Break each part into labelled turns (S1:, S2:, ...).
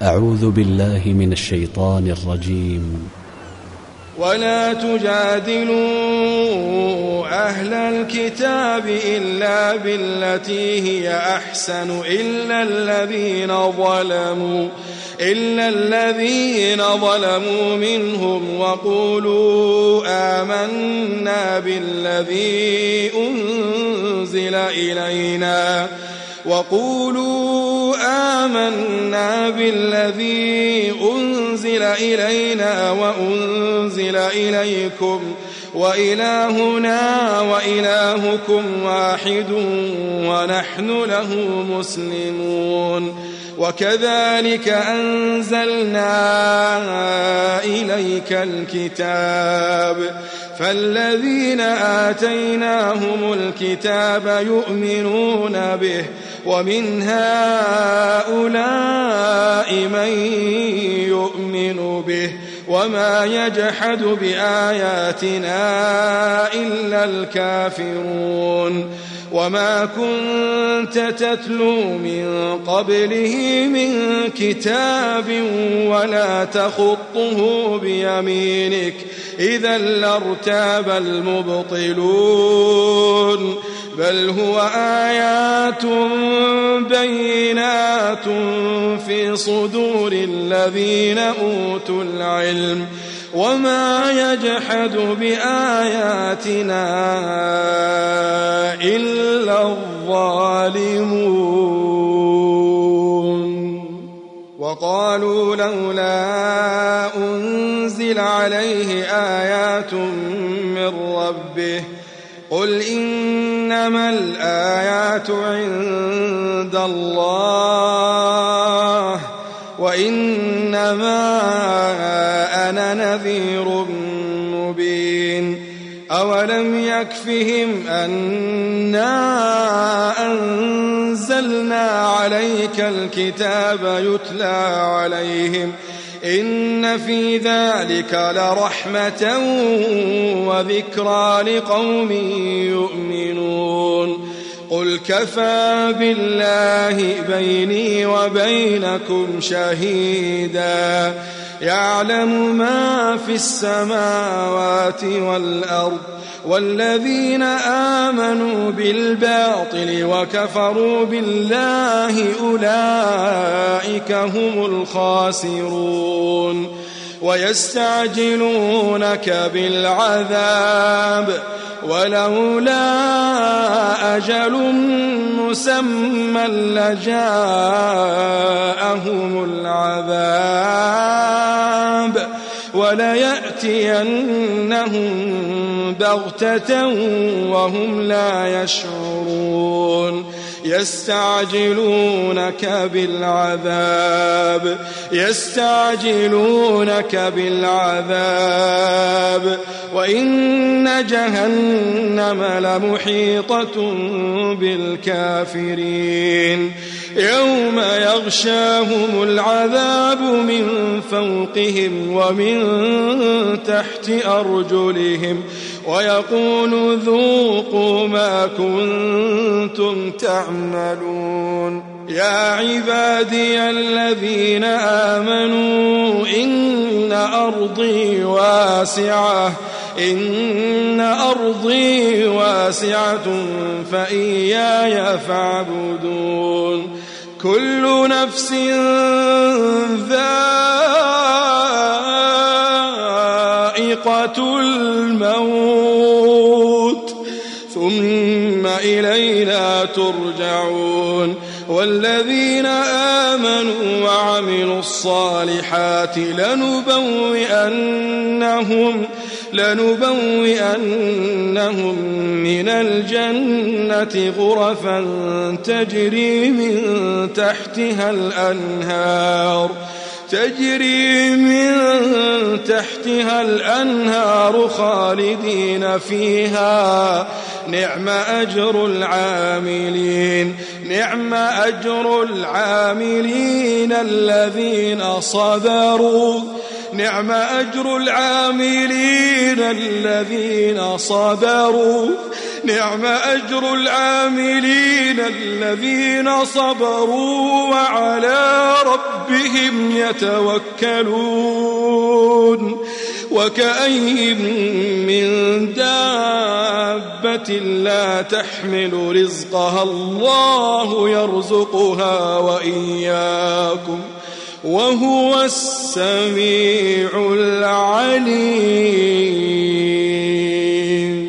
S1: أعوذ بالله من الشيطان الرجيم.
S2: ولا تجادلوا أهل الكتاب إلا بالتي هي أحسن إلا الذين ظلموا منهم وقولوا آمنا بالذي أنزل إلينا وأنزل إليكم وإلهنا وإلهكم واحد ونحن له مسلمون. وكذلك أنزلنا إليك الكتاب فالذين آتيناهم الكتاب يؤمنون به ومن هؤلاء من يؤمن به وما يجحد بآياتنا إلا الكافرون. وما كنت تتلو من قبله من كتاب ولا تخطه بيمينك إذا لارتاب المبطلون بل هو آيات بينات في صدور الذين أوتوا العلم وما يجحد بآياتنا إلا الظالمون. وقالوا لولا أنزل عليه آيات من ربه قل إنما الآيات عند الله وإنما أنا نذير مبين. أولم يكفهم أنا أنزلنا عليك الكتاب يتلى عليهم إن في ذلك لرحمة وذكرى لقوم يؤمنون. قل كفى بالله بيني وبينكم شهيدا يعلم ما في السماوات والأرض والذين آمنوا بالباطل وكفروا بالله أولئك هم الخاسرون. ويستعجلونك بالعذاب ولولا أجل مسمى لجاءهم العذاب وليأتينهم بغتة وهم لا يشعرون. يستعجلونك بالعذاب وإن جهنم لمحيطة بالكافرين. يوم يغشاهم العذاب من فوقهم ومن تحت أرجلهم ويقول ذوقوا ما كنتم تعملون. يا عبادي الذين آمنوا إن أرضي واسعة فإياي فاعبدون. كل نفس ذائقة الموت ثم إلينا ترجعون. والذين آمنوا وعملوا الصالحات لنبوئنهم من الجنة غرفا تجري من تحتها الأنهار خالدين فيها نعم أجر العاملين الذين صبروا نعم أجر العاملين الذين صبروا وعلى ربهم يتوكلون وكأين من دابة لا تحمل رزقها الله يرزقها وإياكم وهو السميع العليم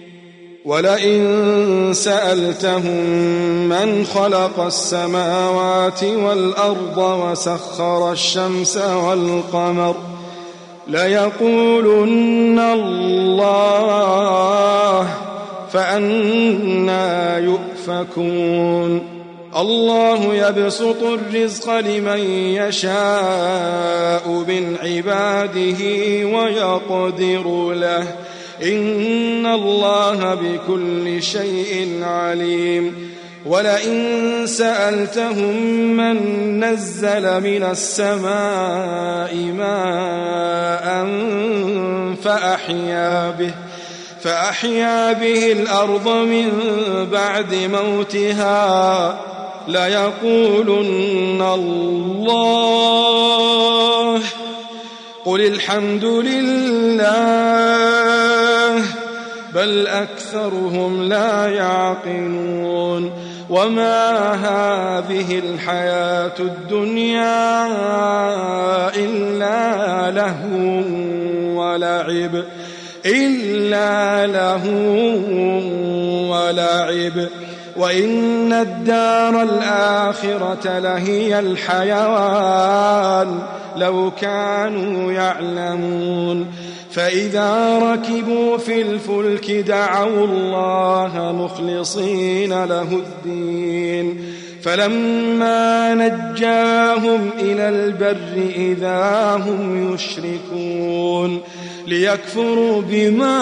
S2: ولئن سألتهم من خلق السماوات والأرض وسخر الشمس والقمر ليقولن الله فأنى يؤفكون الله يبسط الرزق لمن يشاء من عباده ويقدر له إن الله بكل شيء عليم ولئن سألتهم من نزل من السماء ماء فأحيا به الأرض من بعد موتها ليقولن الله قل الحمد لله بل أكثرهم لا يعقلون وما هذه الحياة الدنيا إلا لهو ولعب وإن الدار الآخرة لهي الحيوان لو كانوا يعلمون فإذا ركبوا في الفلك دعوا الله مخلصين له الدين فلما نجاهم إلى البر إذا هم يشركون ليكفروا بما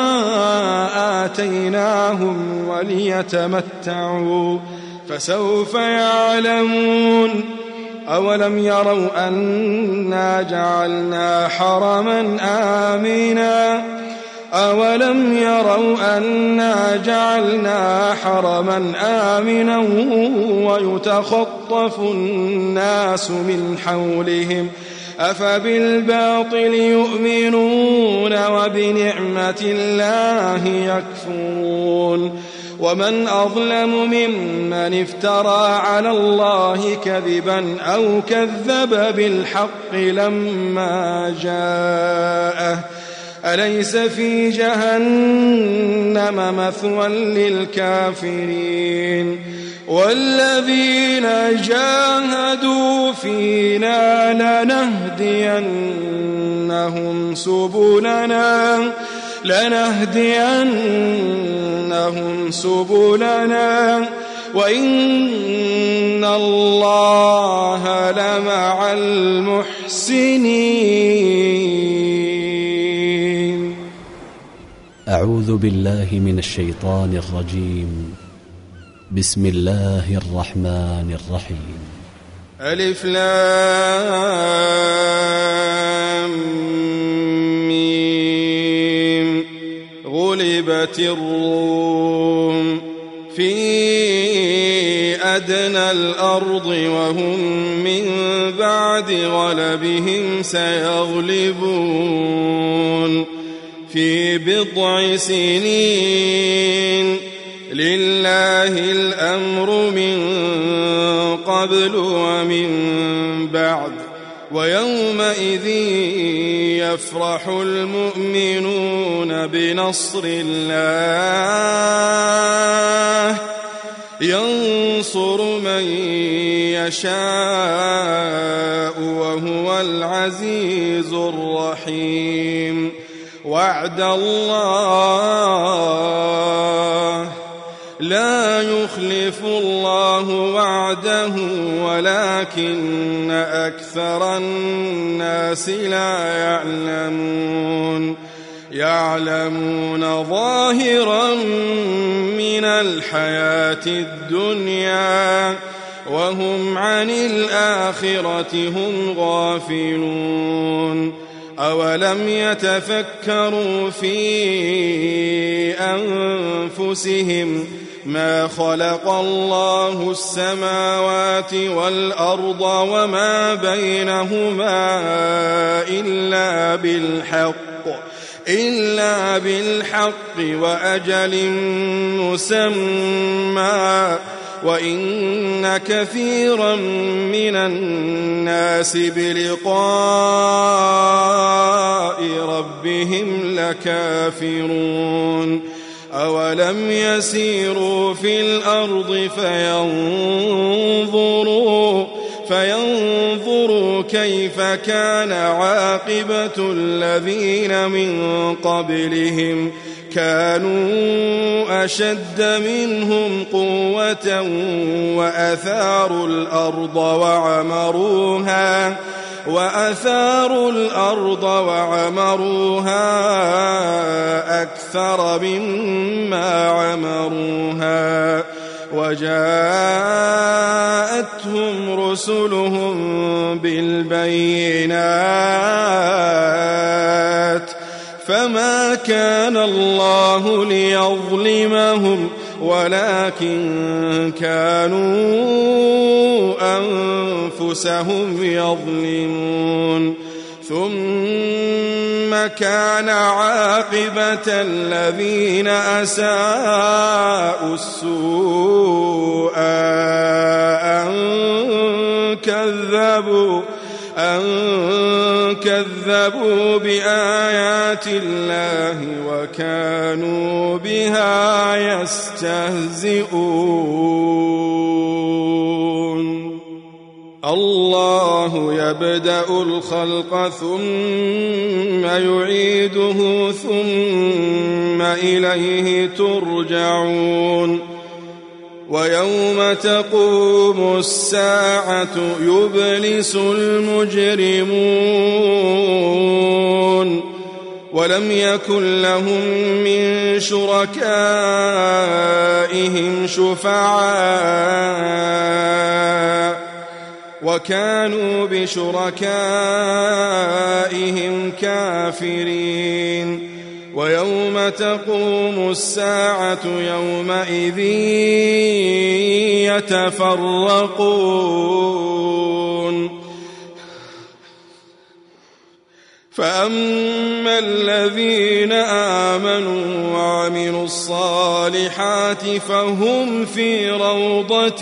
S2: آتيناهم وليتمتعوا فسوف يعلمون أولم يروا أنا جعلنا حرما آمنا ويتخطف الناس من حولهم أفبالباطل يؤمنون وبنعمة الله يكفرون ومن أظلم ممن افترى على الله كذبا أو كذب بالحق لما جاءه أليس في جهنم مثوى للكافرين والذين جاهدوا فينا لنهدينهم سبلنا وإن الله لمع المحسنين.
S1: أعوذ بالله من الشيطان الرجيم. بسم الله الرحمن الرحيم.
S2: ألف لام ميم. غلبت الروم في أدنى الأرض وهم من بعد غلبهم سيغلبون في بضع سنين لله الأمر من قبل ومن بعد ويومئذ يفرح المؤمنون بنصر الله ينصر من يشاء وهو العزيز الرحيم. وعد الله لا يخلف الله وعده ولكن أكثر الناس لا يعلمون ظاهرا من الحياة الدنيا وهم عن الآخرة هم غافلون. أولم يتفكروا في أنفسهم ما خلق الله السماوات والأرض وما بينهما إلا بالحق وأجل مسمى وإن كثيرا من الناس بلقاء ربهم لكافرون أولم يسيروا في الأرض فينظروا كيف كان عاقبة الذين من قبلهم كانوا أشد منهم قوة وأثاروا الأرض وعمروها أكثر مما عمروها وجاءتهم رسلهم بالبينات فما كان الله ليظلمهم ولكن كانوا أنفسهم يظلمون ثم كان عاقبة الذين أساءوا السوء أن كذبوا بآيات الله وكانوا بها يستهزئون الله يبدأ الخلق ثم يعيده ثم إليه ترجعون ويوم تقوم الساعة يبلس المجرمون ولم يكن لهم من شركائهم شفعاء وكانوا بشركائهم كافرين ويوم تقوم الساعة يومئذ يتفرقون فأما الذين آمنوا وعملوا الصالحات فهم في روضة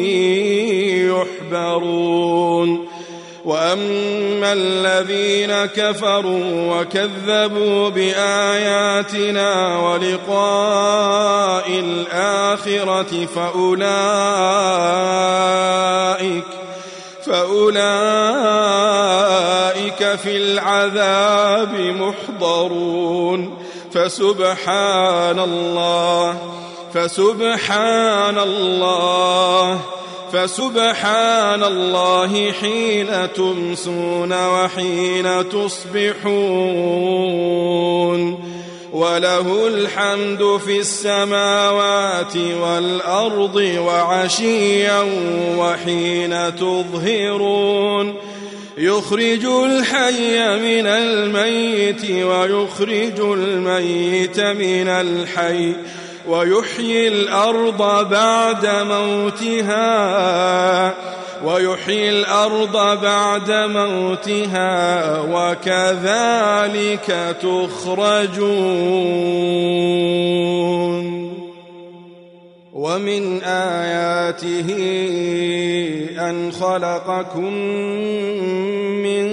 S2: يحبرون وأما الذين كفروا وكذبوا بآياتنا ولقاء الآخرة فأولئك في العذاب محضرون فسبحان الله حين تمسون وحين تصبحون وله الحمد في السماوات والأرض وعشيا وحين تظهرون يخرج الحي من الميت ويخرج الميت من الحي ويحيي الأرض بعد موتها وكذلك تخرجون ومن آياته أن خلقكم من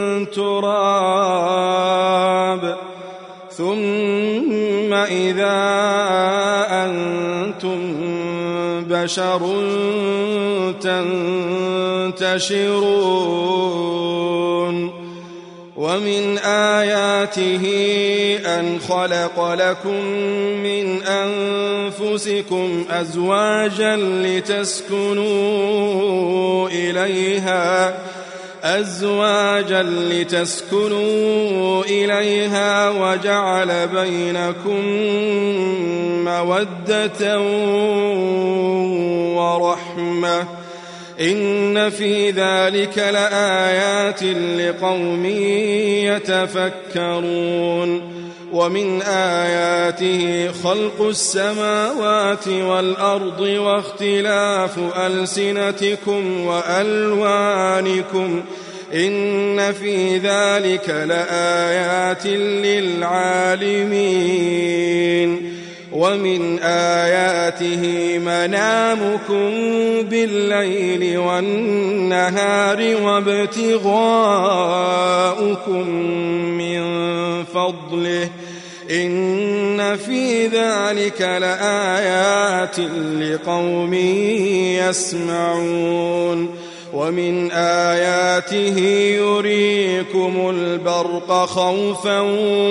S2: تراب ثم إذا أنتم بشر تنتشرون ومن آياته أن خلق لكم من أنفسكم أزواجا لتسكنوا إليها وجعل بينكم مودة ورحمة إن في ذلك لآيات لقوم يتفكرون ومن آياته خلق السماوات والأرض واختلاف ألسنتكم وألوانكم إن في ذلك لآيات للعالمين ومن آياته منامكم بالليل والنهار وابتغاؤكم من فضله إن في ذلك لآيات لقوم يسمعون ومن آياته يريكم البرق خوفا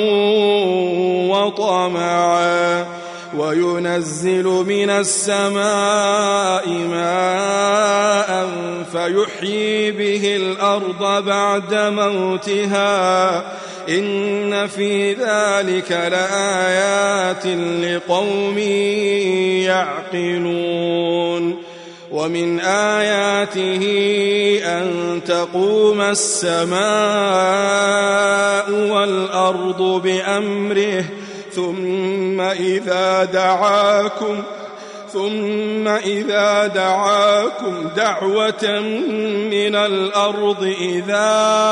S2: وطمعا وينزل من السماء ماء فيحيي به الأرض بعد موتها إن في ذلك لآيات لقوم يعقلون ومن آياته أن تقوم السماء والأرض بأمره ثم إذا دعاكم دعوة من الأرض إذا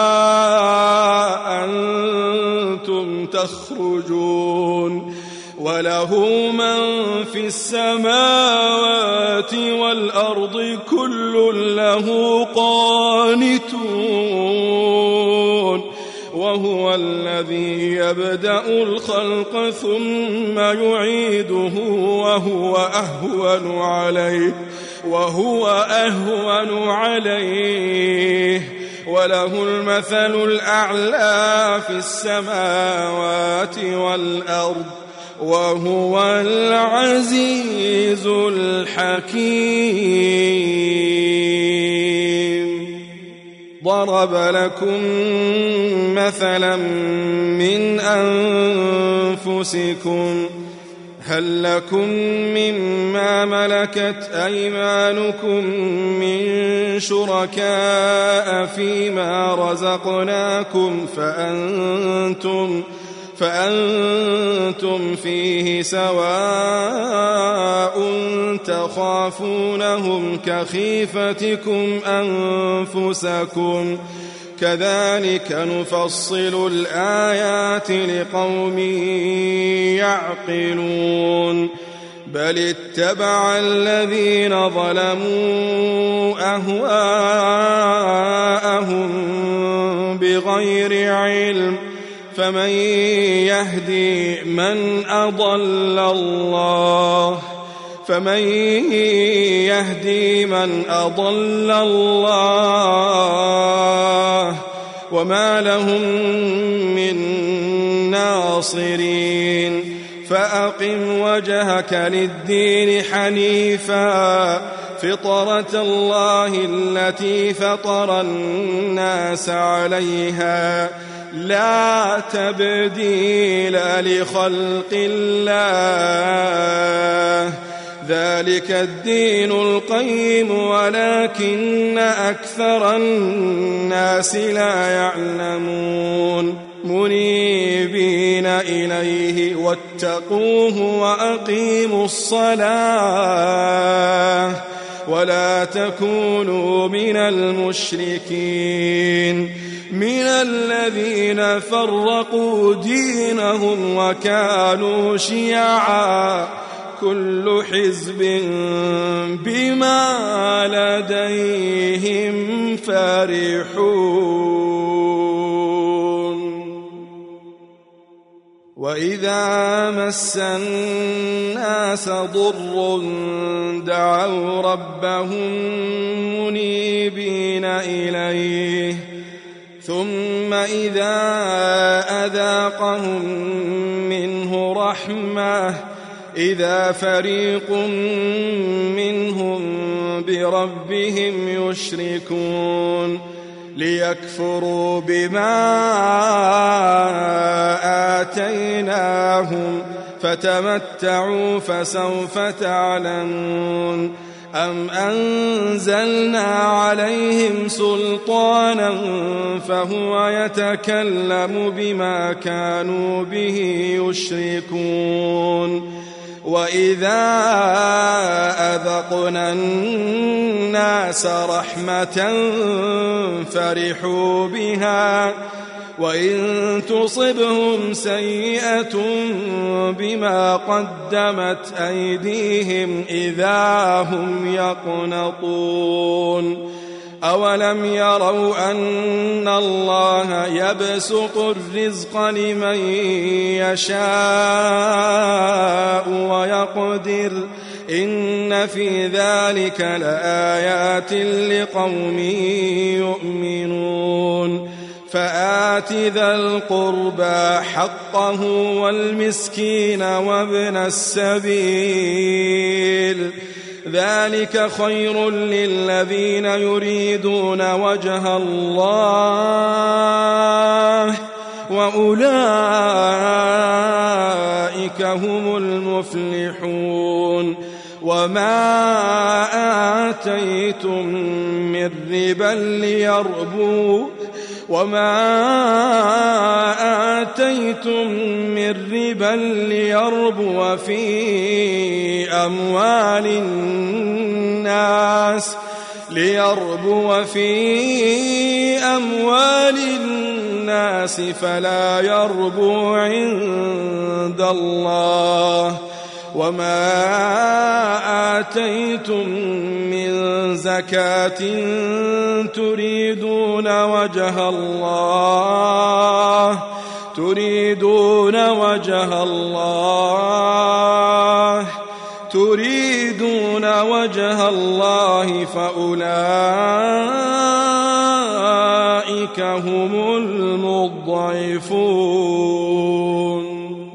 S2: أنتم تخرجون وله من في السماوات والأرض كل له قانتون وهو الذي يبدأ الخلق ثم يعيده وهو أهون عليه وله المثل الأعلى في السماوات والأرض وهو العزيز الحكيم ضرب لكم مثلا من أنفسكم هل لكم مما ملكت أيمانكم من شركاء فيما رزقناكم فأنتم فيه سواء تخافونهم كخيفتكم أنفسكم كذلك نفصل الآيات لقوم يعقلون بل اتبع الذين ظلموا أهواءهم بغير علم فمن يهدي من أضل الله وما لهم من ناصرين فأقم وجهك للدين حنيفا فطرة الله التي فطر الناس عليها لا تبديل لخلق الله ذلك الدين القيم ولكن أكثر الناس لا يعلمون منيبين إليه واتقوه وأقيموا الصلاة ولا تكونوا من المشركين من الذين فرقوا دينهم وكانوا شيعا كل حزب بما لديهم فرحون وإذا مس الناس ضر دعوا ربهم منيبين إليه ثم إذا أذاقهم منه رحمة إذا فريق منهم بربهم يشركون ليكفروا بما آتيناهم فتمتعوا فسوف تعلمون أم أنزلنا عليهم سلطانا فهو يتكلم بما كانوا به يشركون وإذا أذقنا الناس رحمة فرحوا بها وإن تصبهم سيئة بما قدمت أيديهم إذا هم يقنطون أولم يروا أن الله يبسط الرزق لمن يشاء ويقدر إن في ذلك لآيات لقوم يؤمنون فآت ذا القربى حقه والمسكين وابن السبيل ذلك خير للذين يريدون وجه الله وأولئك هم المفلحون وما آتيتم من ربا ليربو في أموال الناس فلا يربو عند الله وما آتيتم من زكاة تريدون وجه الله فأولئك هم المضعفون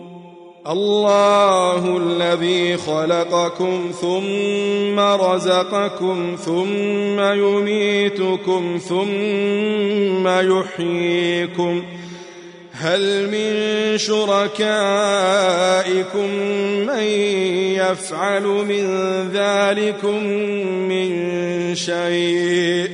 S2: الله الذي خلقكم ثم رزقكم ثم يميتكم ثم يحييكم هل من شركائكم من يفعل من ذلكم من شيء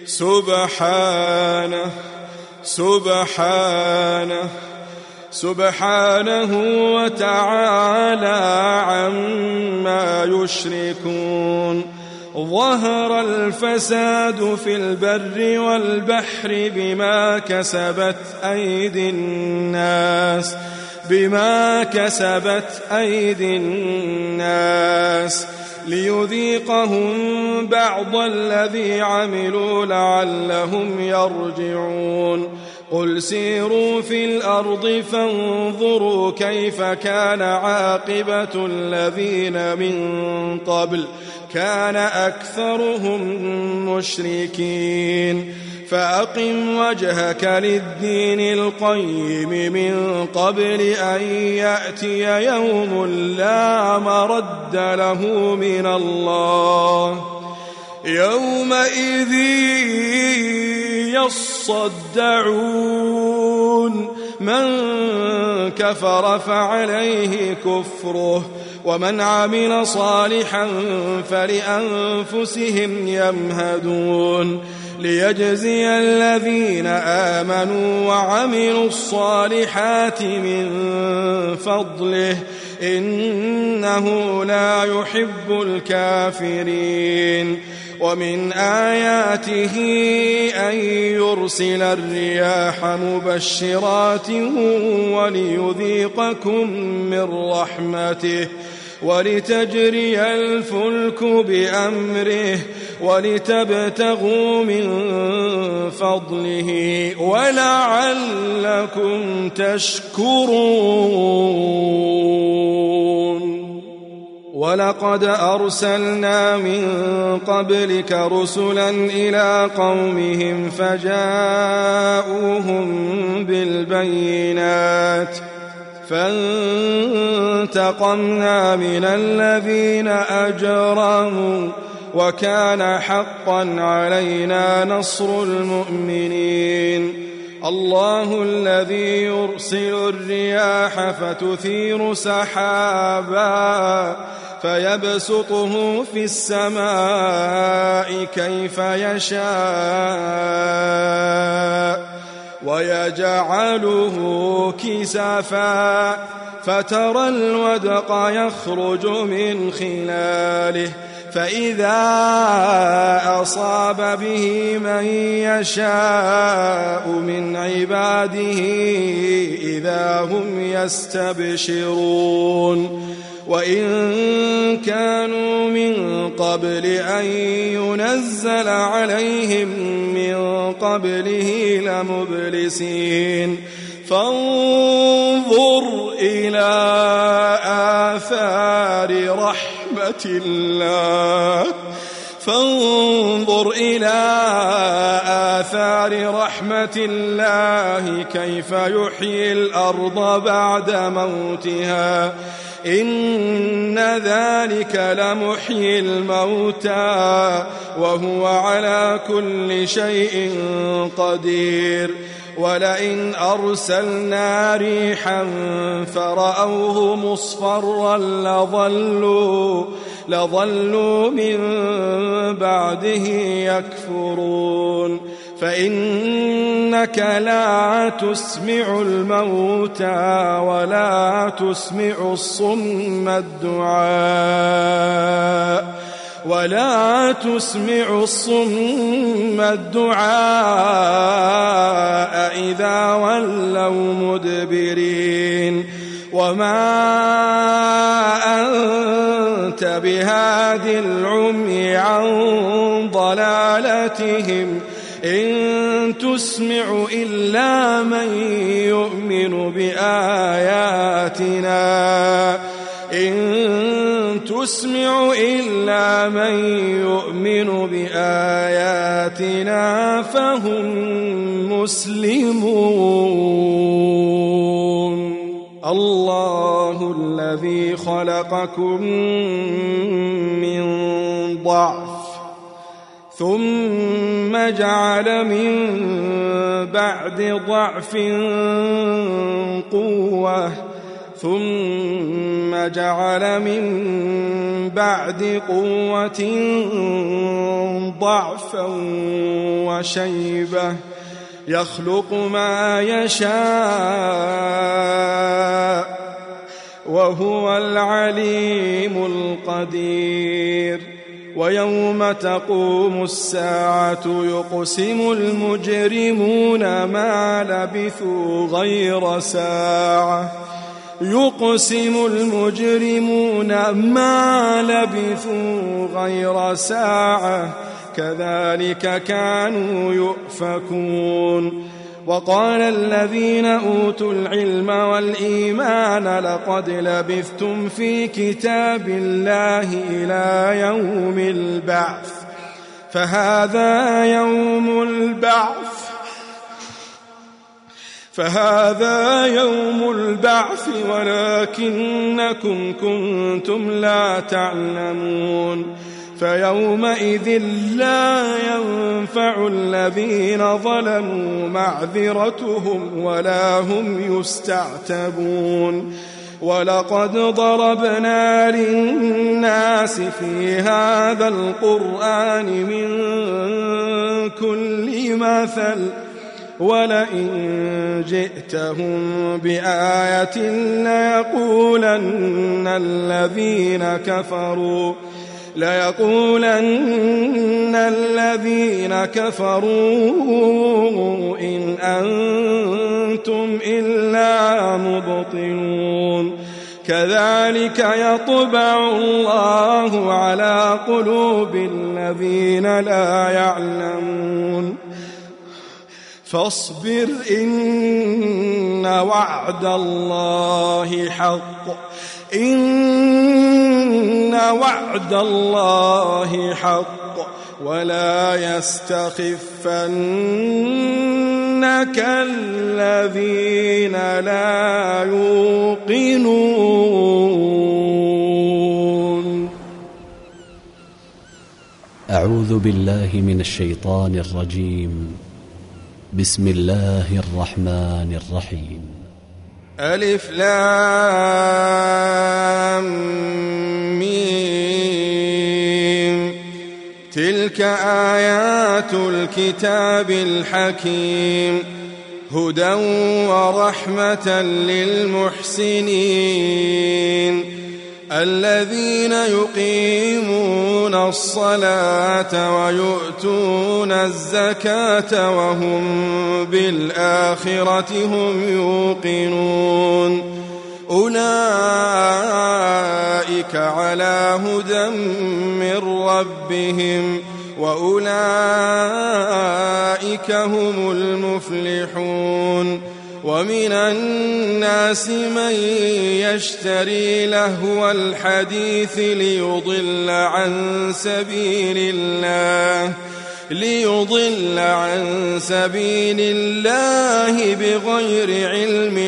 S2: سبحانه وتعالى عما يشركون ظهر الفساد في البر والبحر بما كسبت أيدي الناس ليذيقهم بعض الذي عملوا لعلهم يرجعون قل سيروا في الأرض فانظروا كيف كان عاقبة الذين من قبل كان أكثرهم مشركين فأقم وجهك للدين القيم من قبل أن يأتي يوم لا مرد له من الله يومئذ يصدعون من كفر فعليه كفره ومن عمل صالحا فلأنفسهم يمهدون ليجزي الذين آمنوا وعملوا الصالحات من فضله إنه لا يحب الكافرين ومن آياته أن يرسل الرياح مبشرات وليذيقكم من رحمته ولتجري الفلك بأمره ولتبتغوا من فضله ولعلكم تشكرون ولقد أرسلنا من قبلك رسلا إلى قومهم فجاءوهم بالبينات فانتقمنا من الذين أجرموا وكان حقا علينا نصر المؤمنين الله الذي يرسل الرياح فتثير سحابا فيبسطه في السماء كيف يشاء ويجعله كسفا فترى الودق يخرج من خلاله فإذا أصاب به من يشاء من عباده إذا هم يستبشرون وإن كانوا من قبل أن ينزل عليهم من قبله لمبلسين فانظر إلى آثار رحمة الله كيف يحيي الأرض بعد موتها إن ذلك لمحيي الموتى وهو على كل شيء قدير ولئن أرسلنا ريحا فرأوه مصفرا لظلوا من بعده يكفرون فإنك لا تسمع الموتى ولا تسمع الصم الدعاء إذا ولوا مدبرين وما أنت بهاد العمي عن ضلالتهم إن تسمع إلا من يؤمن بآياتنا فهم مسلمون الله الذي خلقكم من ضعف ثم جعل من بعد ضعف قوة ثم جعل من بعد قوة ضعفا وشيبة يخلق ما يشاء وهو العليم القدير ويوم تقوم الساعة يقسم المجرمون ما لبثوا غير ساعة كذلك كانوا يؤفكون وقال الذين أوتوا العلم والإيمان لقد لبثتم في كتاب الله إلى يوم البعث فهذا يوم البعث ولكنكم كنتم لا تعلمون فيومئذ لا ينفع الذين ظلموا معذرتهم ولا هم يستعتبون ولقد ضربنا للناس في هذا القرآن من كل مثل ولئن جئتهم بآية ليقولن الذين كفروا إن أنتم إلا مبطلون كذلك يطبع الله على قلوب الذين لا يعلمون فاصبر إن وعد الله حق ولا يستخفنك الذين لا يوقنون.
S1: أعوذ بالله من الشيطان الرجيم. بسم الله الرحمن الرحيم.
S2: ألف لام ميم تلك آيات الكتاب الحكيم هدى ورحمة للمحسنين الذين يقيمون الصلاة ويؤتون الزكاة وهم بالآخرة هم يوقنون أولئك على هدى من ربهم وأولئك هم المفلحون ومن الناس من يشتري لهو الحديث ليضل عن سبيل الله بغير علم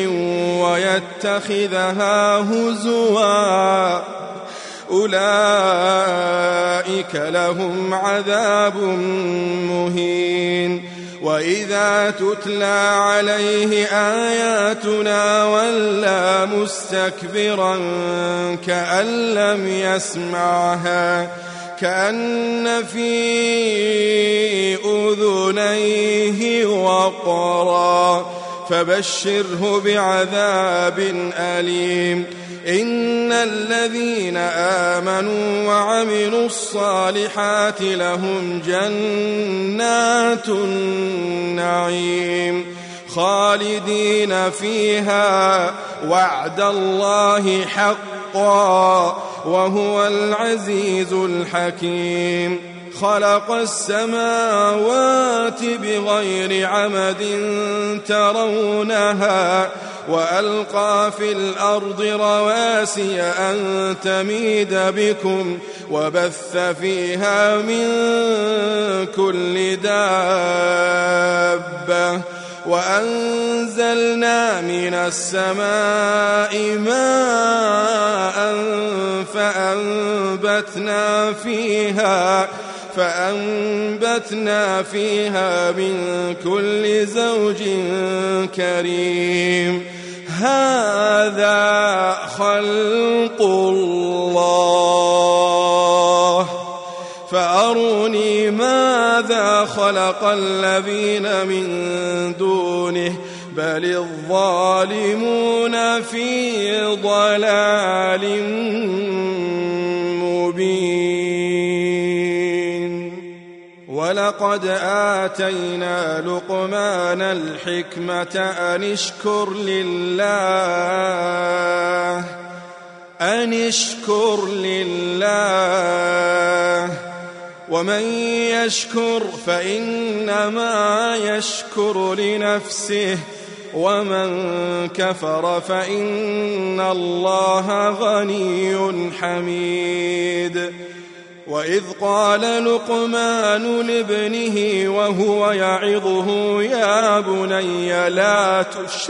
S2: ويتخذها هزوا أولئك لهم عذاب مهين وإذا تتلى عليه آياتنا ولى مستكبرا كأن لم يسمعها كأن في أذنيه وقرا فبشره بعذاب أليم إن الذين آمنوا وعملوا الصالحات لهم جنات النعيم خالدين فيها وعد الله حقا وهو العزيز الحكيم خلق السماوات بغير عمد ترونها وألقى في الأرض رواسي أن تميد بكم وبث فيها من كل دابة وأنزلنا من السماء ماء فأنبتنا فيها من كل زوج كريم هذا خلق الله فأروني ماذا خلق الذين من دونه بل الظالمون في ضلال مبين ولقد آتينا لقمان الحكمة أن اشكر لله ومن يشكر فإنما يشكر لنفسه ومن كفر فإن الله غني حميد وإذ قال لقمان لابنه وهو يعظه يا بني لا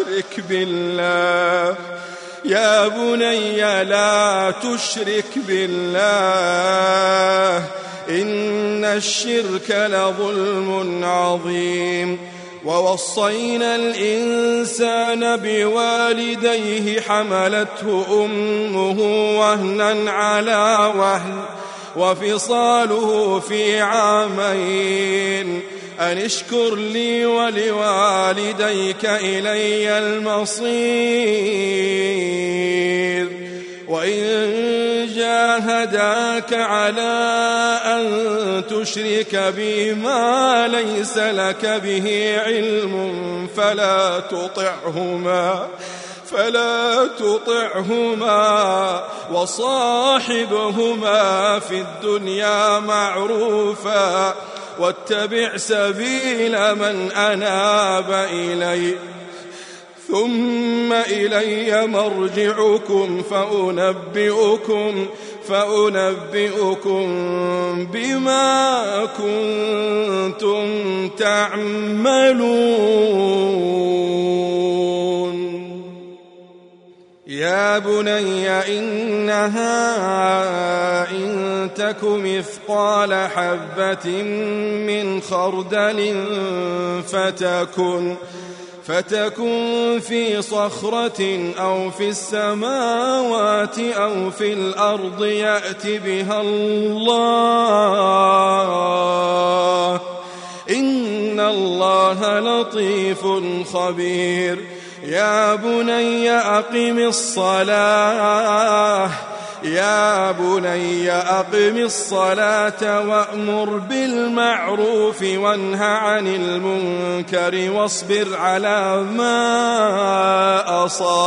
S2: تشرك بالله إن الشرك لظلم عظيم ووصينا الإنسان بوالديه حملته أمه وهنا على وهن وفصاله في عامين أن اشكر لي ولوالديك إلي المصير وإن جاهداك على أن تشرك بي ما ليس لك به علم فلا تطعهما وصاحبهما في الدنيا معروفا واتبع سبيل من أناب إلي ثم إلي مرجعكم فأنبئكم بما كنتم تعملون يا بني إنها إن تك مثقال حبة من خردل فتكن في صخرة أو في السماوات أو في الأرض يأت بها الله إن الله لطيف خبير يا بني أقم الصلاة وأمر بالمعروف وانه عن المنكر واصبر على ما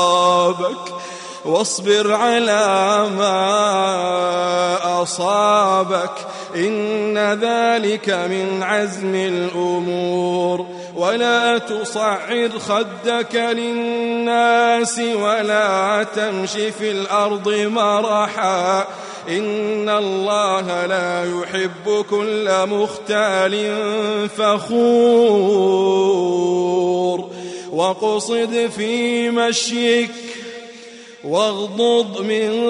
S2: أصابك إن ذلك من عزم الأمور ولا تصعر خدك للناس ولا تمش في الأرض مرحا إن الله لا يحب كل مختال فخور وقصد في مشيك واغضض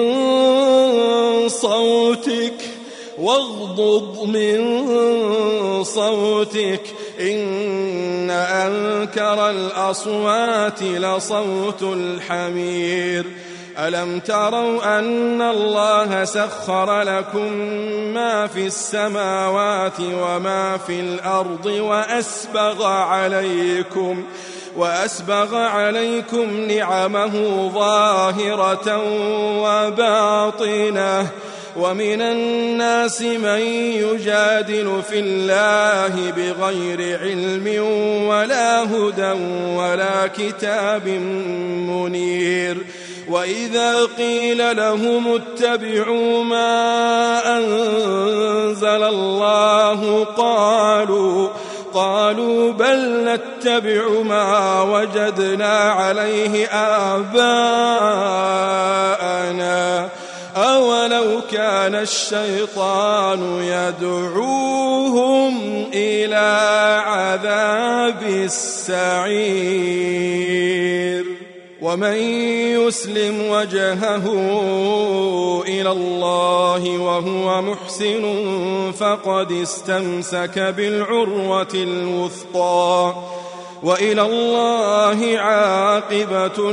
S2: من صوتك إن أنكر الأصوات لصوت الحمير ألم تروا أن الله سخر لكم ما في السماوات وما في الأرض وأسبغ عليكم نعمه ظاهرة وباطنة ومن الناس من يجادل في الله بغير علم ولا هدى ولا كتاب منير وإذا قيل لهم اتبعوا ما أنزل الله قالوا بل نتبع ما وجدنا عليه آباءنا أولو كان الشيطان يدعوهم إلى عذاب السعير ومن يسلم وجهه إلى الله وهو محسن فقد استمسك بالعروة الوثقى وإلى الله عاقبة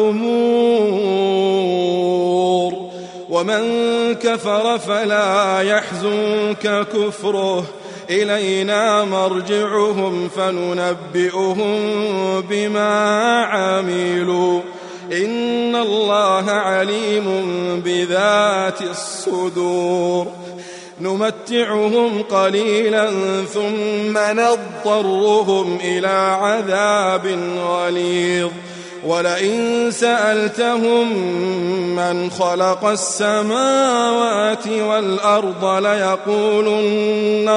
S2: الأمور ومن كفر فلا يحزنك كفره إلينا مرجعهم فننبئهم بما عملوا إن الله عليم بذات الصدور نمتعهم قليلا ثم نضطرهم إلى عذاب غليظ ولئن سألتهم من خلق السماوات والأرض ليقولن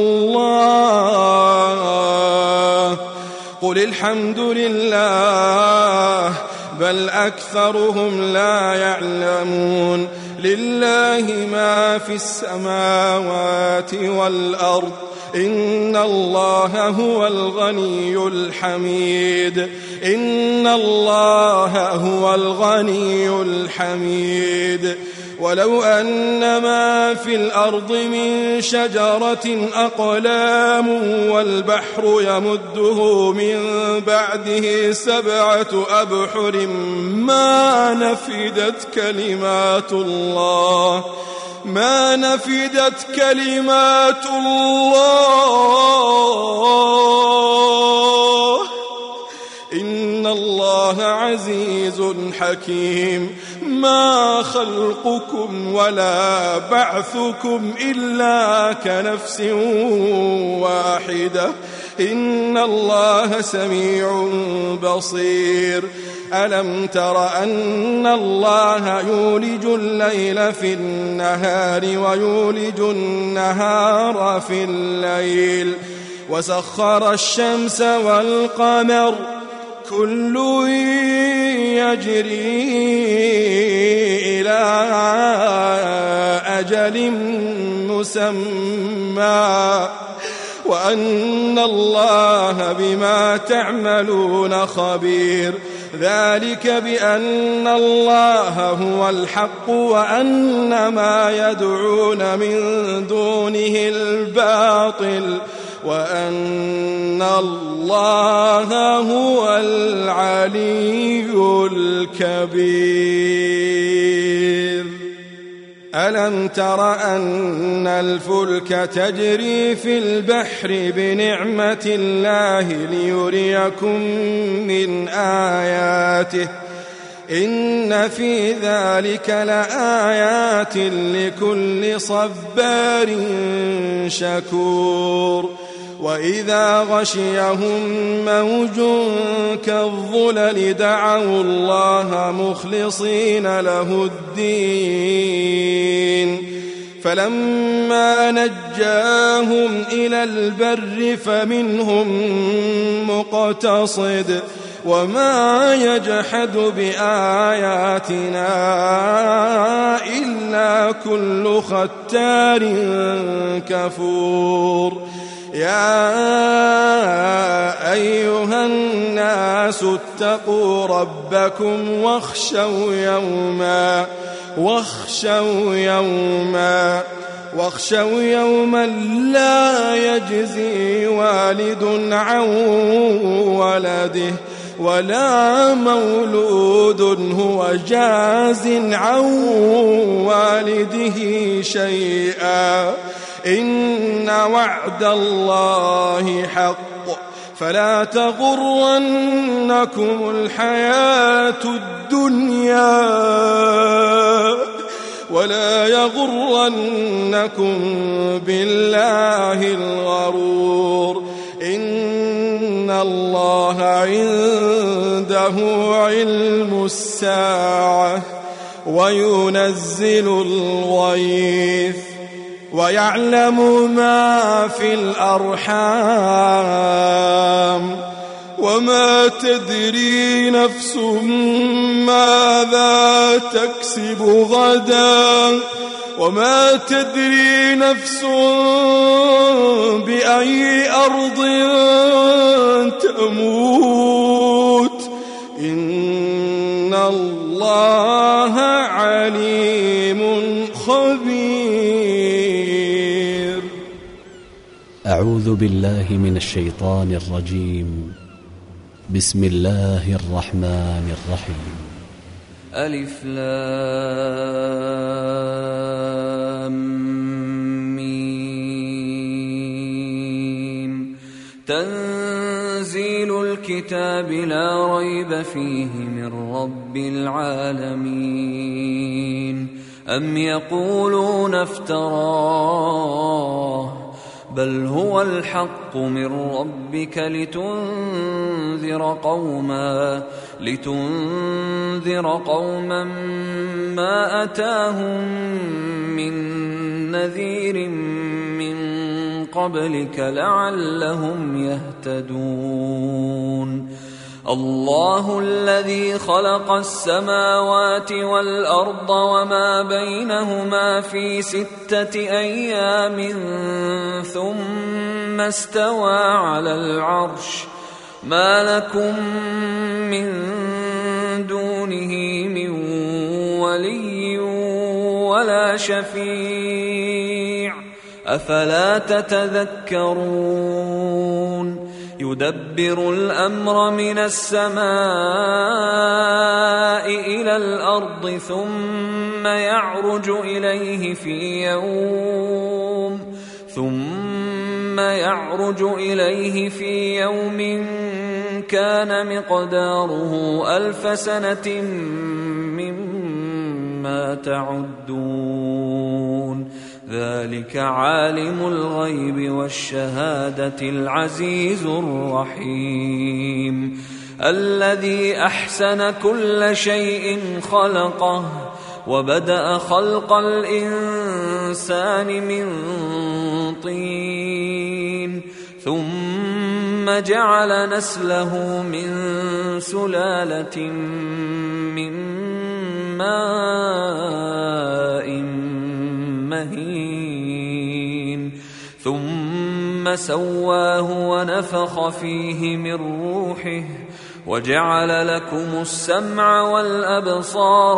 S2: الله قل الحمد لله بل أكثرهم لا يعلمون لله ما في السماوات والأرض إن الله هو الغني الحميد ولو أن ما في الأرض من شجرة أقلام والبحر يمده من بعده 7 أبحر ما نفدت كلمات الله إن الله عزيز حكيم ما خلقكم ولا بعثكم إلا كنفس واحدة إن الله سميع بصير ألم تر أن الله يولج الليل في النهار ويولج النهار في الليل وسخر الشمس والقمر كل يجري إلى أجل مسمى وأن الله بما تعملون خبير ذلك بأن الله هو الحق وأن ما يدعون من دونه الباطل وأن الله الله هو العلي الكبير. ألم تر أن الفلك تجري في البحر بنعمة الله ليريكم من آياته إن في ذلك لآيات لكل صبار شكور. وإذا غشيهم موج كالظلل دعوا الله مخلصين له الدين فلما نجاهم إلى البر فمنهم مقتصد وما يجحد بآياتنا إلا كل ختار كفور. يا أيها الناس اتقوا ربكم واخشوا يوما لا يجزي والد عن ولده ولا مولود هو جاز عن والده شيئا إن وعد الله حق فلا تغرنكم الحياة الدنيا ولا يغرنكم بالله الغرور. إن الله عنده علم الساعة وينزل الغيث ويعلم ما في الأرحام وما تدري نفس ماذا تكسب غدا وما تدري نفس بأي أرض تموت إن الله عليم خبير.
S1: أعوذ بالله من الشيطان الرجيم. بسم الله الرحمن الرحيم.
S3: ألف لام ميم. تنزيل الكتاب لا ريب فيه من رب العالمين. أم يقولون افتراه بل هو الحق من ربك لتنذر قوما ما أتاهم من نذير من قبلك لعلهم يهتدون. الله الذي خلق السماوات والأرض وما بينهما في 6 أيام ثم استوى على العرش ما لكم من دونه من ولي ولا شفيع أفلا تتذكرون. يدبر الأمر من السماء إلى الأرض ثم يعرج إليه في يوم كان مقداره 1000 سنة مما تعدون. ذلك عالم الغيب والشهادة العزيز الرحيم. الذي أحسن كل شيء خلقه وبدأ خلق الإنسان من طين ثم جعل نسله من سلالة من ماء مهين ثم سواه ونفخ فيه من روحه وجعل لكم السمع والأبصار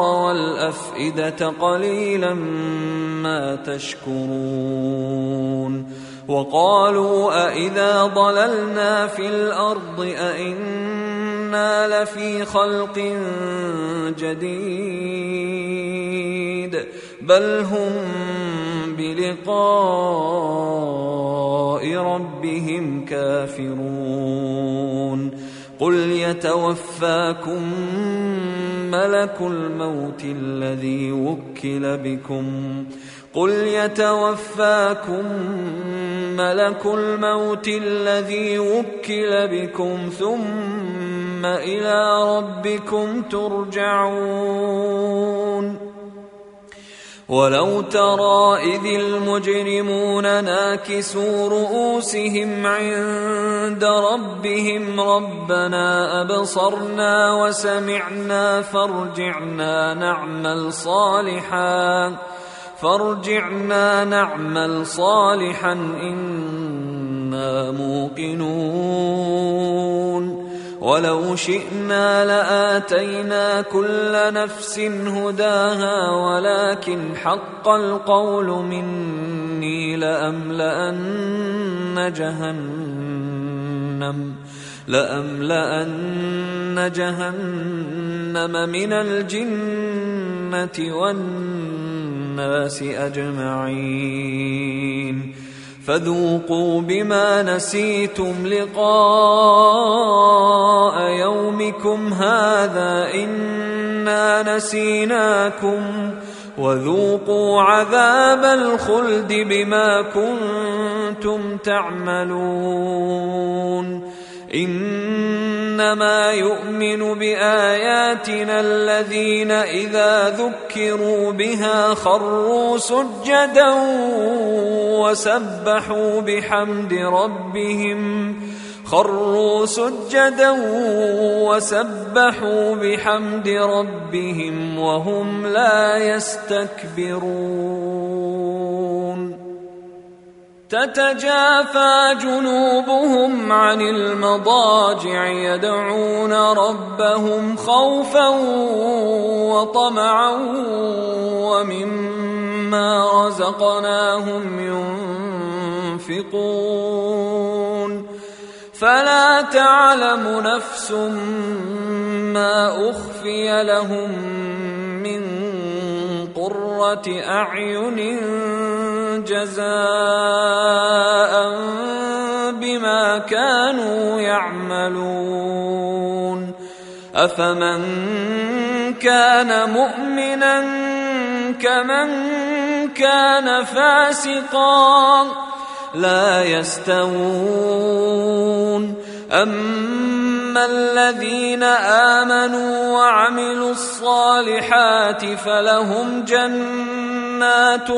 S3: والأفئدة قليلا ما تشكرون. وقالوا أإذا ضللنا في الأرض أإنا لفي خلق جديد بل هم بلقاء ربهم كافرون قل يتوفاكم ملك الموت الذي وكل بكم ثم إلى ربكم ترجعون ولو ترى إذ المجرمون ناكسوا رؤوسهم عند ربهم ربنا أبصرنا وسمعنا فارجعنا نعمل صالحا إنا موقنون ولو شئنا لآتينا كل نفس هداها ولكن حق القول مني لأملأن جهنم من الجنة والناس أجمعين فذوقوا بما نسيتم لقاء يومكم هذا إنا نسيناكم وذوقوا عذاب الخلد بما كنتم تعملون إنما يؤمن بآياتنا الذين إذا ذكروا بها خروا سجدا وسبحوا بحمد ربهم وهم لا يستكبرون تتجافى جنوبهم عن المضاجع يدعون ربهم خوفا وطمعا ومما رزقناهم ينفقون فلا تعلم نفس ما أخفي لهم من قرة أعين جزاء بما كانوا يعملون أفمن كان مؤمنا كمن كان فاسقا لا يستوون أما الذين آمنوا وعملوا الصالحات فلهم جنات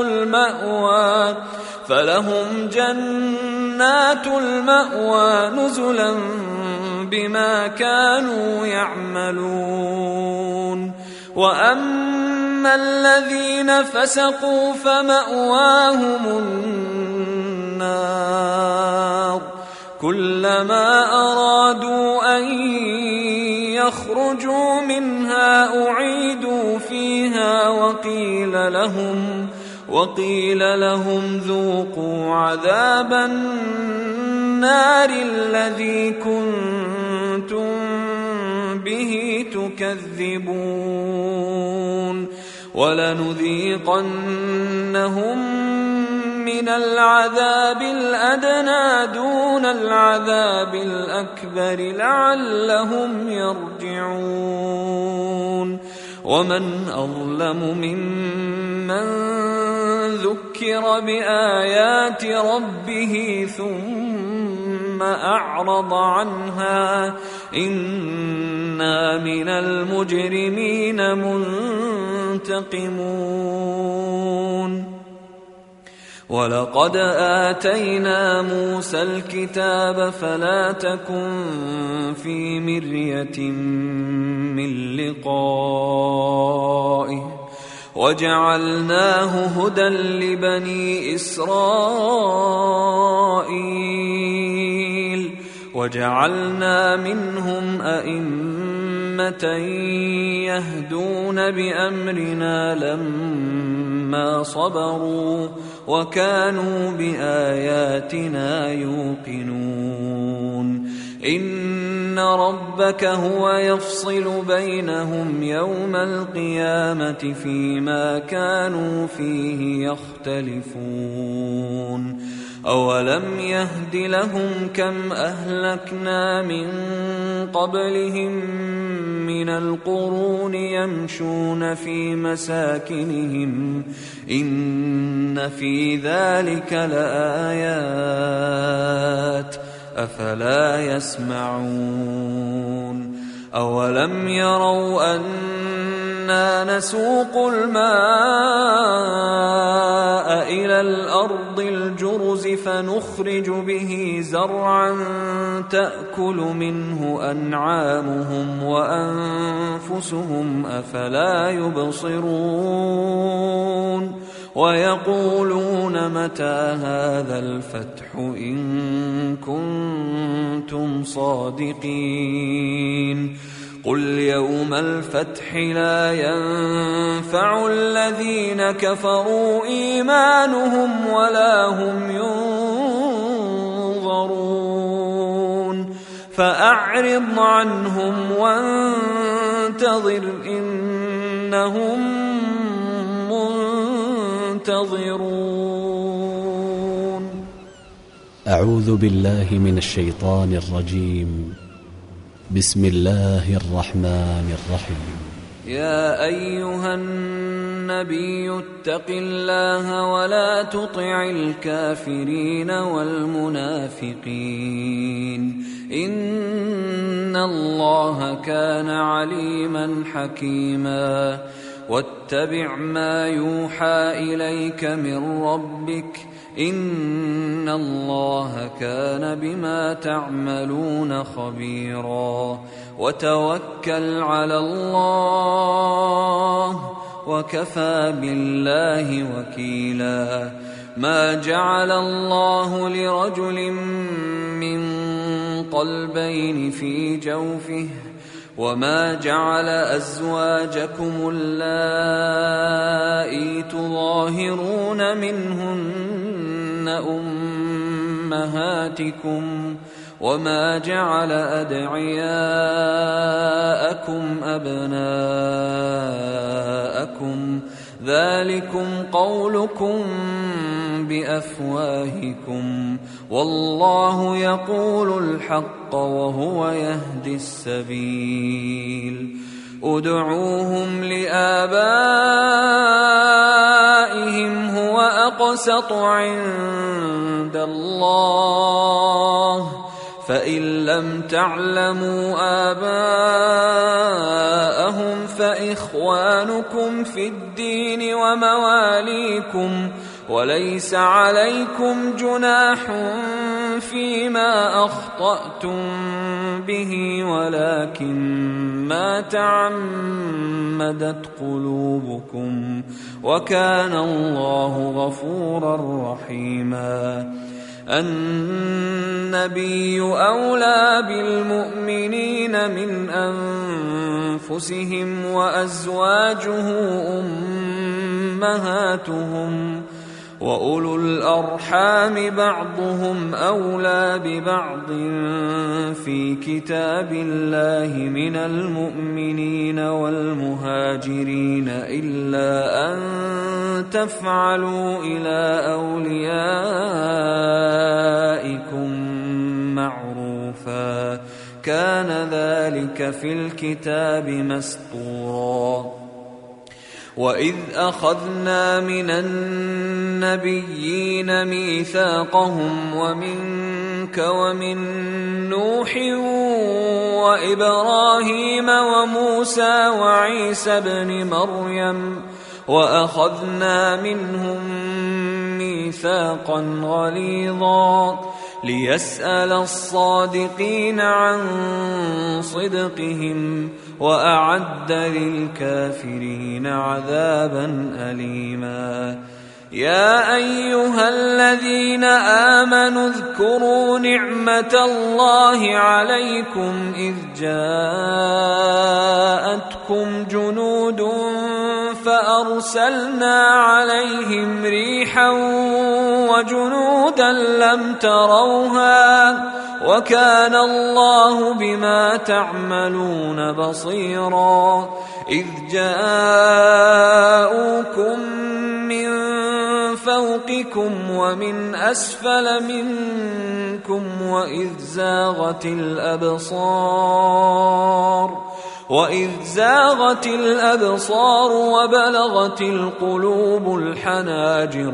S3: المأوى نزلا بما كانوا يعملون وأما الذين فسقوا فمأواهم النار كلما أرادوا أن يخرجوا منها أعيدوا فيها وقيل لهم ذوقوا عذاب النار الذي كنتم به تكذبون ولنذيقنهم من العذاب الأدنى دون العذاب الأكبر لعلهم يرجعون ومن أظلم ممن ذكر بآيات ربه ثم أعرض عنها إنا من المجرمين منتقمون ولقد آتينا موسى الكتاب فلا تكن في مرية من لقائه وجعلناه هدى لبني إسرائيل وجعلنا منهم أئمة يهدون بأمرنا لما صبروا وكانوا بآياتنا يوقنون إن ربك هو يفصل بينهم يوم القيامة فيما كانوا فيه يختلفون أولم يهد لهم كم أهلكنا من قبلهم من القرون يمشون في مساكنهم إن في ذلك لآيات أفلا يسمعون أولم يروا أنا نسوق الماء إلى الأرض الجرز فنخرج به زرعا تأكل منه أنعامهم وأنفسهم أفلا يبصرون ويقولون متى هذا الفتح إن كنتم صادقين قل يوم الفتح لا ينفع الذين كفروا إيمانهم ولا هم ينظرون فأعرض عنهم وانتظر إنهم منتظرون.
S1: أعوذ بالله من الشيطان الرجيم. بسم الله الرحمن الرحيم.
S3: يا أيها النبي اتق الله ولا تطع الكافرين والمنافقين إن الله كان عليما حكيما واتبع ما يوحى إليك من ربك إن الله كان بما تعملون خبيرا وتوكل على الله وكفى بالله وكيلا ما جعل الله لرجل من قلبين في جوفه وما جعل أزواجكم اللائي تظاهرون منهن أمهاتكم وما جعل أدعياءكم أبناءكم ذلكم قولكم بأفواهكم والله يقول الحق وهو يهدي السبيل ادعوهم لآبائهم هو أقسط عند الله فإن لم تعلموا آباءهم فإخوانكم في الدين ومواليكم وليس عليكم جناح فيما أخطأتم به ولكن ما تعمدت قلوبكم وكان الله غفورا رحيما النبي أولى بالمؤمنين من أنفسهم وأزواجه أمهاتهم وأولو الأرحام بعضهم أولى ببعض في كتاب الله من المؤمنين والمهاجرين إلا أن تفعلوا إلى أوليائكم معروفا كان ذلك في الكتاب مسطورا وإذ أخذنا من النبيين ميثاقهم ومنك ومن نوح وإبراهيم وموسى وعيسى بن مريم وأخذنا منهم ميثاقا غليظا ليسأل الصادقين عن صدقهم وأعد للكافرين عذابا أليما يا أيها الذين آمنوا اذكروا نعمة الله عليكم إذ جاءتكم جنود أرسلنا عليهم ريحا وجنودا لم تروها وكان الله بما تعملون بصيرا إذ جاءوكم من فوقكم ومن أسفل منكم وإذ زاغت الأبصار وبلغت القلوب الحناجر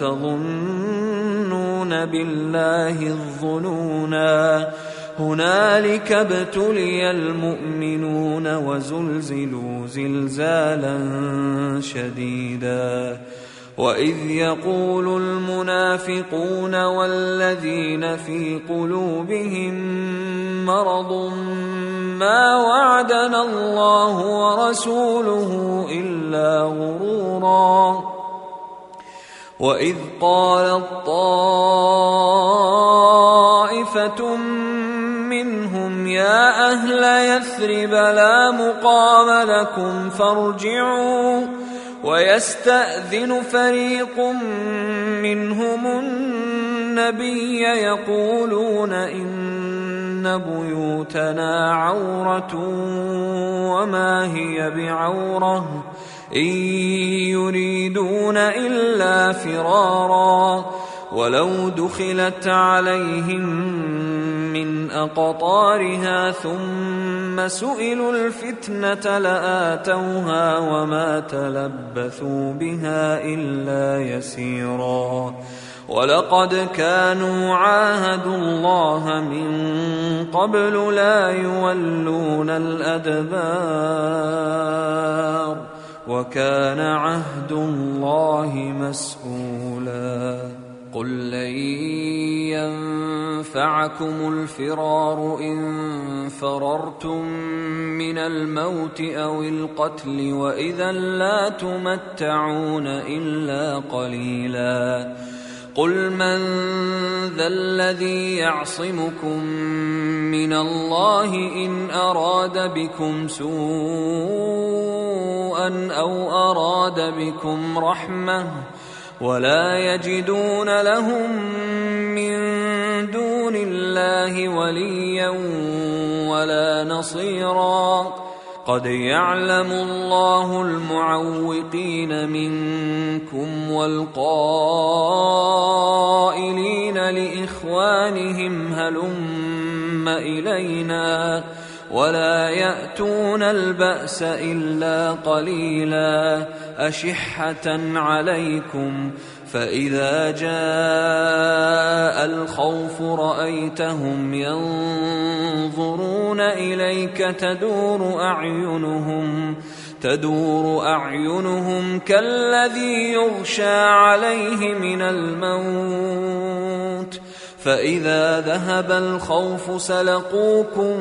S3: وتظنون بالله الظنونا هنالك ابتلي المؤمنون وزلزلوا زلزالا شديدا وإذ يقول المنافقون والذين في قلوبهم مرض ما وعدنا الله ورسوله إلا غرورا وإذ قالت طائفة منهم يا أهل يثرب لا مقام لكم فارجعوا ويستأذن فريق منهم النبي يقولون إن بيوتنا عورة وما هي بعورة إن يريدون إلا فرارا ولو دخلت عليهم من أقطارها ثم سئلوا الفتنة لآتوها وما تلبثوا بها إلا يسيرا ولقد كانوا عاهدوا الله من قبل لا يولون الأدبار وكان عهد الله مسؤولا قل لن ينفعكم الفرار إن فررتم من الموت أو القتل وإذا لا تمتعون إلا قليلا قل من ذا الذي يعصمكم من الله إن أراد بكم سوءا أو أراد بكم رحمة ولا يجدون لهم من دون الله وليا ولا نصيرا قد يعلم الله المعوقين منكم والقائلين لإخوانهم هلم إلينا ولا يأتون البأس إلا قليلا أشحة عليكم فإذا جاء الخوف رأيتهم ينظرون إليك تدور أعينهم كالذي يغشى عليه من الموت فإذا ذهب الخوف سلقوكم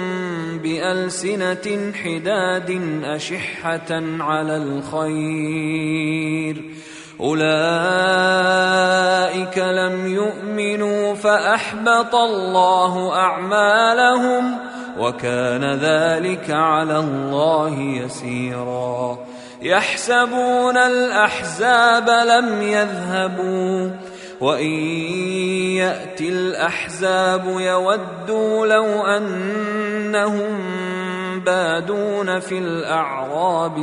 S3: بألسنة حداد أشحة على الخير أولئك لم يؤمنوا فأحبط الله أعمالهم وكان ذلك على الله يسيرا يحسبون الأحزاب لم يذهبوا وإن يأتي الأحزاب يودوا لو أنهم بادون في الأعراب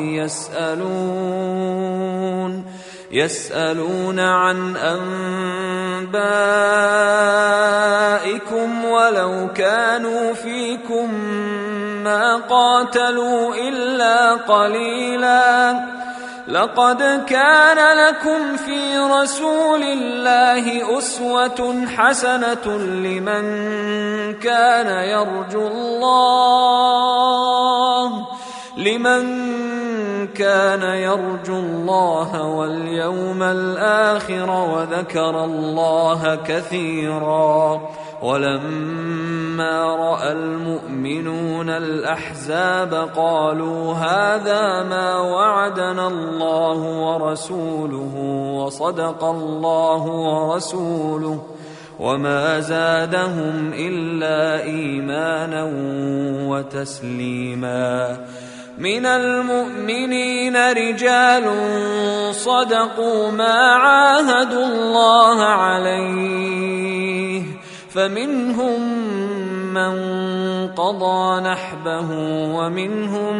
S3: يسألون عن أنبائكم ولو كانوا فيكم ما قاتلوا إلا قليلا لقد كان لكم في رسول الله أسوة حسنة لمن كان يرجو الله واليوم الآخر وذكر الله كثيرا ولما رأى المؤمنون الأحزاب قالوا هذا ما وعدنا الله ورسوله وصدق الله ورسوله وما زادهم إلا إيمانا وتسليما من المؤمنين رجال صدقوا ما عاهدوا الله عليه فمنهم من قضى نحبه ومنهم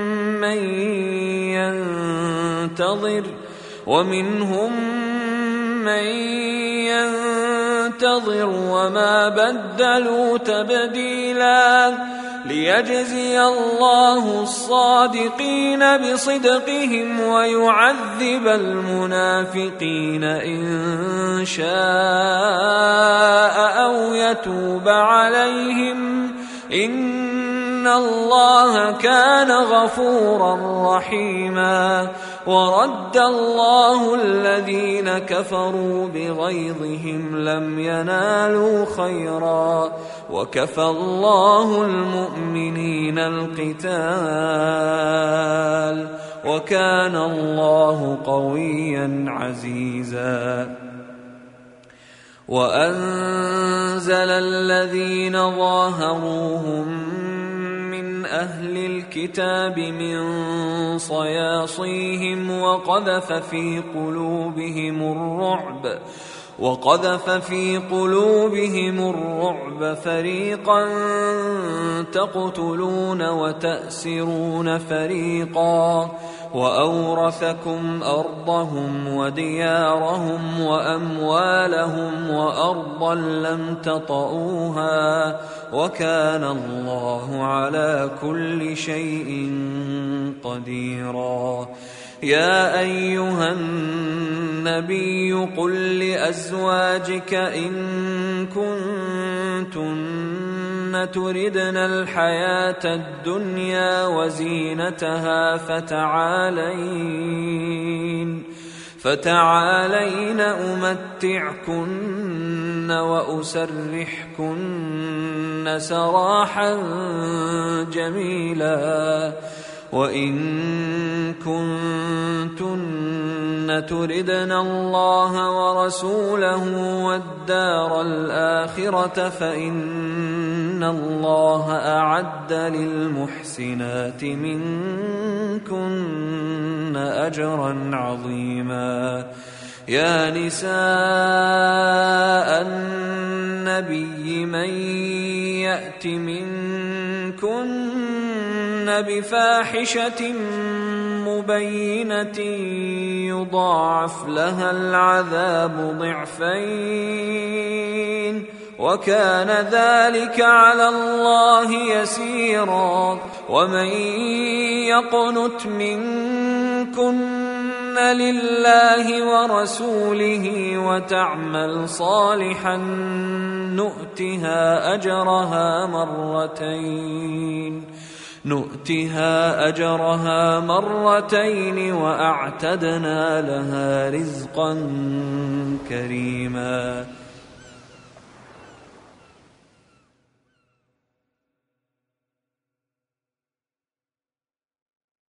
S3: من ينتظر وما بدلوا تبديلا ليجزي الله الصادقين بصدقهم ويعذب المنافقين إن شاء أو يتوب عليهم إن الله كان غفورا رحيما ورد الله الذين كفروا بغيظهم لم ينالوا خيرا وكفى الله المؤمنين القتال وكان الله قويا عزيزا وأنزل الذين ظاهروهم من أهل الكتاب من صياصيهم وقذف في قلوبهم الرعب فريقا تقتلون وتأسرون فريقا وأورثكم أرضهم وديارهم وأموالهم وأرضا لم تطئوها وكان الله على كل شيء قديرا يا أيها النبي قل لأزواجك إن كنتن تردن الحياة الدنيا وزينتها فتعالين أمتعكن وأسرحكن سراحا جميلا وإن كنتن تردن الله ورسوله والدار الآخرة فإن الله أعد للمحسنات منكن أجرا عظيما يا نساء النبي من يأت منكن بفاحشة مبينة يضاعف لها العذاب ضعفين وكان ذلك على الله يسيرا ومن يقنت منكن لله ورسوله وتعمل صالحا نؤتها أجرها مرتين وأعتدنا لها رزقا كريما